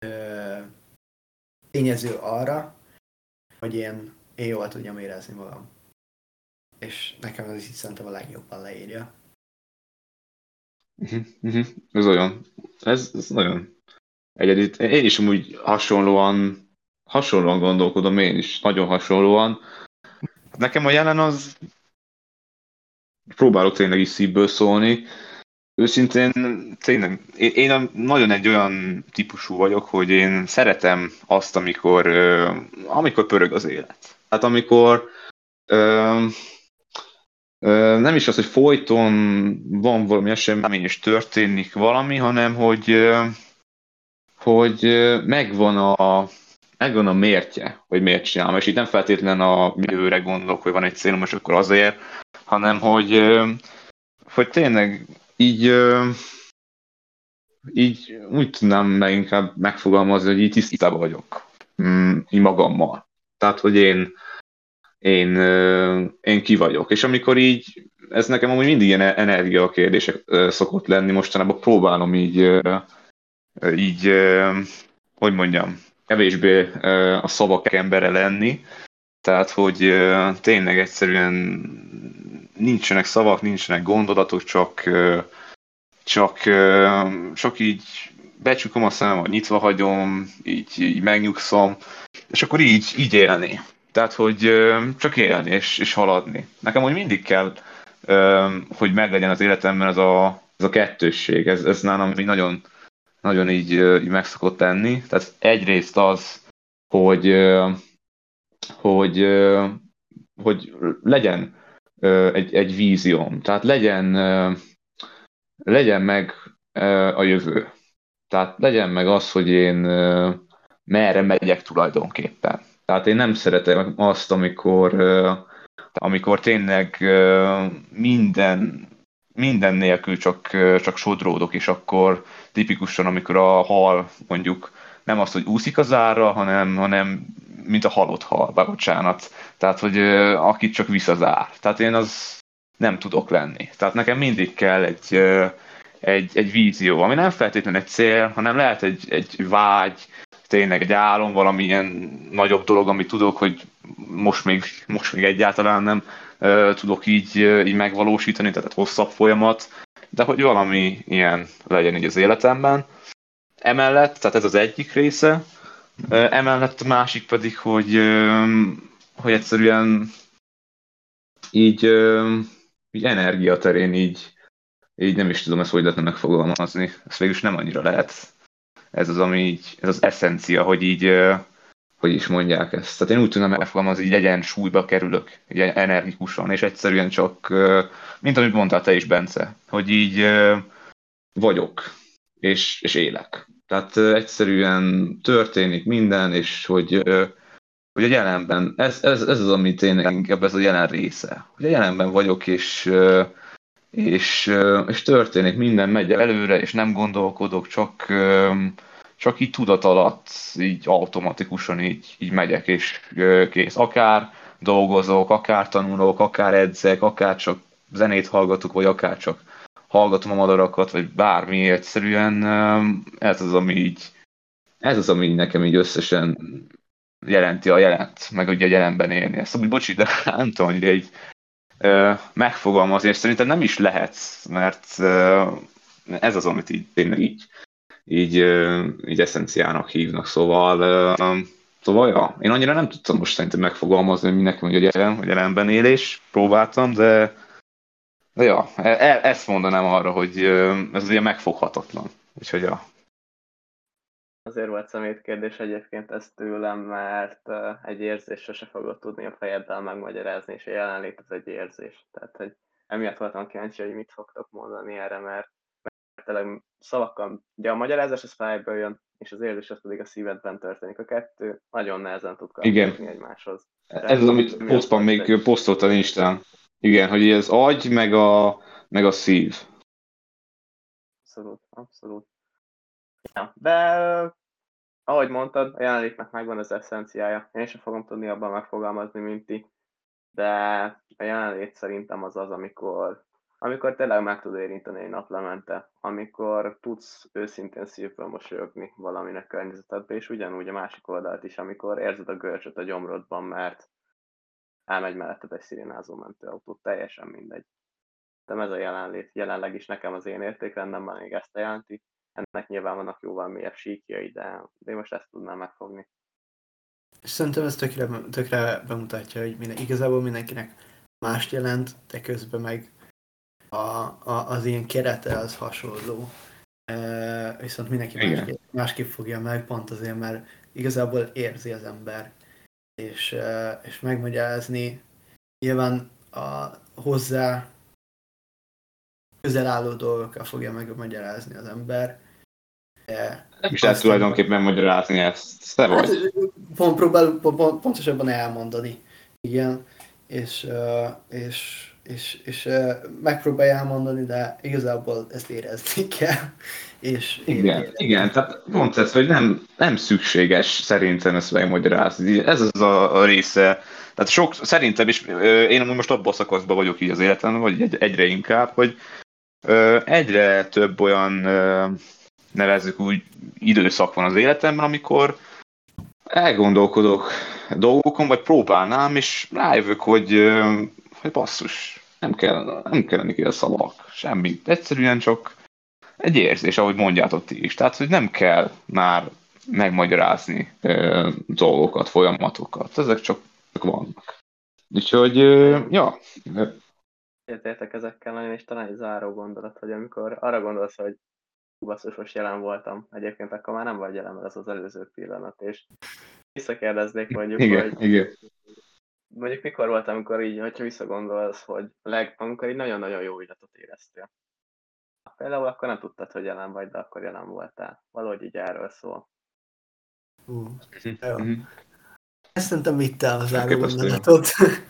tényező arra, hogy én jól tudjam érezni magam. És nekem ez így szerintem a legjobban leírja. Ez olyan, ez nagyon egyedi. Én is úgy hasonlóan gondolkodom, én is nagyon hasonlóan. Nekem a jelen az, próbálok tényleg is szívből szólni. Őszintén, tényleg, én nagyon egy olyan típusú vagyok, hogy én szeretem azt, amikor pörög az élet. Hát amikor nem is az, hogy folyton van valami esemény és történik valami, hanem hogy megvan a mértje, hogy miért csinálom. És itt nem feltétlen a jövőre gondolok, hogy van egy célom, és akkor azért, hanem hogy tényleg így úgy tudnám leginkább megfogalmazni, hogy így tisztában vagyok így magammal. Tehát, hogy én ki vagyok. És amikor így, ez nekem amúgy mindig ilyen energiakérdések szokott lenni, mostanában próbálom így hogy mondjam, kevésbé a szavak embere lenni, tehát, hogy tényleg egyszerűen nincsenek szavak, nincsenek gondolatok, csak így becsukom a szemem, nyitva hagyom, így megnyugszom, és akkor így élni. Tehát, hogy csak élni és haladni. Nekem úgy mindig kell, hogy meglegyen az életemben ez a kettősség. Ez nálam így nagyon, nagyon így meg szokott lenni. Tehát egyrészt az, hogy legyen egy vízióm. Tehát legyen meg a jövő. Tehát legyen meg az, hogy én merre megyek tulajdonképpen. Tehát én nem szeretem azt, amikor tényleg minden nélkül csak sodródok, és akkor tipikusan, amikor a hal mondjuk nem az, hogy úszik az árra, hanem mint a halott hal, bocsánat. Tehát, hogy akit csak visz az ár. Tehát én az nem tudok lenni. Tehát nekem mindig kell egy vízió, ami nem feltétlenül egy cél, hanem lehet egy vágy, tényleg egy álom, valamilyen nagyobb dolog, amit tudok, hogy most még egyáltalán nem tudok így megvalósítani, tehát hosszabb folyamat, de hogy valami ilyen legyen így az életemben. Emellett, tehát ez az egyik része, emellett a másik pedig, hogy egyszerűen így energia terén így nem is tudom ezt, hogy lehetne megfogalmazni. Ezt végülis nem annyira lehet. Ez az eszencia, hogy így, hogy is mondják ezt. Tehát én úgy tudom megfogalmazni, hogy így egyensúlyba kerülök, így energikusan, és egyszerűen csak, mint amit mondtál te is, Bence, hogy így vagyok, és élek. Tehát egyszerűen történik minden, és hogy a jelenben, ez az, ami tényleg inkább ez a jelen része. Hogy a jelenben vagyok, és történik minden, megy előre, és nem gondolkodok, csak így tudat alatt, így automatikusan így megyek, és kész. Akár dolgozok, akár tanulok, akár edzek, akár csak zenét hallgatok, vagy akár csak hallgatom a madarakat, vagy bármi, egyszerűen ez az, ami nekem így összesen jelenti a jelent, meg ugye a jelenben élni. Ezt úgy bocsi, de nem tudom, hogy egy megfogalmazni, és szerintem nem is lehet, mert ez az, amit így tényleg így eszenciának hívnak, szóval ja, én annyira nem tudtam most szerintem megfogalmazni, hogy mi nekem hogy a jelenben élés, próbáltam, de ja, ezt mondanám arra, hogy ez ugye megfoghatatlan, úgyhogy ja. Azért volt szemétkérdés egyébként ez tőlem, mert egy érzés sose fogod tudni a fejeddel megmagyarázni, és a jelenlét az egy érzés. Tehát, hogy emiatt voltam kíváncsi, hogy mit fogtok mondani erre, mert tényleg szavakkal, ugye a magyarázás az fejből jön, és az érzés az pedig a szívedben történik. A kettő nagyon nehezen tud kapcsolódni egymáshoz. Ez az, amit posztban még posztoltam Instán. Igen, hogy az agy, meg a szív. Abszolút. Ja, de ahogy mondtad, a jelenlétnek megvan az eszenciája. Én sem fogom tudni abban megfogalmazni, mint ti, de a jelenlét szerintem az, amikor tényleg meg tud érinteni egy naplemente, amikor tudsz őszintén szívből mosolyogni valaminek környezetedbe, és ugyanúgy a másik oldalt is, amikor érzed a görcsöt a gyomrodban, mert elmegy melletted egy szirénázó mentőautó, teljesen mindegy. De ez a jelenlét jelenleg is nekem az én értékrendemben még ezt jelenti. Ennek nyilván vannak jóval mélyebb síkjai, de én most ezt tudnám megfogni. Szerintem ez tökre bemutatja, hogy igazából mindenkinek mást jelent, de közben meg az ilyen kerete az hasonló. Viszont mindenki másképp fogja meg, pont azért, mert igazából érzi az ember. És megmagyarázni nyilván hozzá közel álló dolgokkal fogja megmagyarázni az ember. Nem is lehet tulajdonképpen magyarázni ezt. Te vagy. Hát, próbálunk pontosabban elmondani. Igen. És megpróbálja elmondani, de igazából ezt érezni kell. Igen, tehát pont ez, hogy nem szükséges szerintem ezt megmagyarázni. Ez az a része. Tehát szerintem is, én most abban a szakaszban vagyok így az életemben, vagy egyre inkább, hogy egyre több olyan nevezzük úgy időszak van az életemben, amikor elgondolkodok dolgokon, vagy próbálnám, és rájövök, hogy basszus, nem kell neki a szavak, semmi. Egyszerűen csak egy érzés, ahogy mondjátok ti is. Tehát, hogy nem kell már megmagyarázni dolgokat, folyamatokat. Ezek csak vannak. Úgyhogy, ja. Értek ezekkel nagyon, és talán egy záró gondolat, hogy amikor arra gondolsz, hogy basszus, most jelen voltam, egyébként akkor már nem vagy jelen, mert az az előző pillanat, és visszakérdeznék mondjuk, Igen. Mondjuk mikor volt, amikor így, hogyha visszagondolsz, hogy amikor így nagyon-nagyon jó illatot éreztél. Például akkor nem tudtad, hogy jelen vagy, de akkor jelen voltál. Valahogy így erről szól. Ezt szerintem vitte el az záró gondolatot.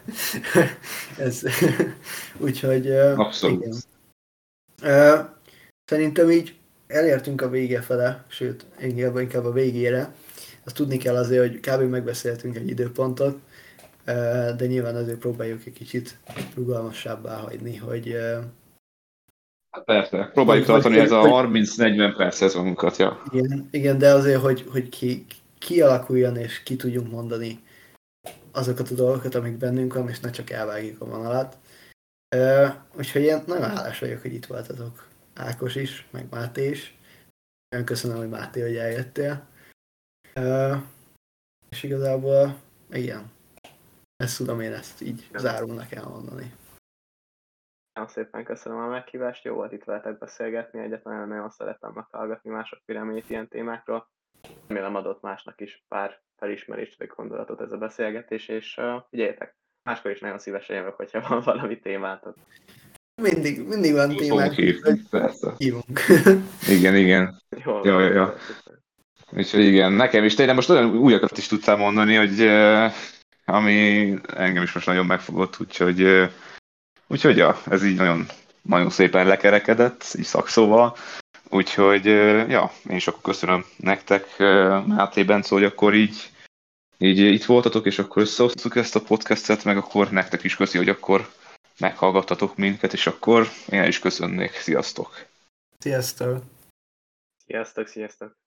Úgyhogy abszolút. Igen. Szerintem így elértünk a vége fele, sőt, inkább a végére. Azt tudni kell azért, hogy kb. Megbeszéltünk egy időpontot, de nyilván azért próbáljuk egy kicsit rugalmasabbá hagyni, hogy... Persze, próbáljuk tartani ez a 30-40 perces magunkat, ja. Igen, de azért, hogy kialakuljon és ki tudjunk mondani azokat a dolgokat, amik bennünk van, és ne csak elvágjuk a vonalat. Úgyhogy én nagyon hálás vagyok, hogy itt voltatok. Ákos is, meg Máté is. Nagyon köszönöm, hogy Máté, hogy eljöttél. És igazából, igen, ezt tudom én ezt így zárónak elmondani. Nagyon szépen köszönöm a meghívást, jó volt itt veletek beszélgetni, egyáltalán nagyon szeretem meghallgatni mások véleményét ilyen témákról. Remélem adott másnak is pár felismerést vagy gondolatot ez a beszélgetés, és figyeljetek, máskor is nagyon szívesen jövök, hogyha van valami témátok. Mindig van témák, hogy hívunk. Igen. Jó. Ja. Úgyhogy igen, nekem is tényleg most olyan újakat is tudtál mondani, hogy ami engem is most nagyon megfogott, úgyhogy ja, ez így nagyon, nagyon szépen lekerekedett, így szakszóval. Úgyhogy ja, én is akkor köszönöm nektek, Máté, Bence, hogy akkor így itt voltatok, és akkor összehoztuk ezt a podcastet, meg akkor nektek is köszi, hogy akkor meghallgattatok minket, és akkor én is köszönnék. Sziasztok! Sziasztok! Sziasztok!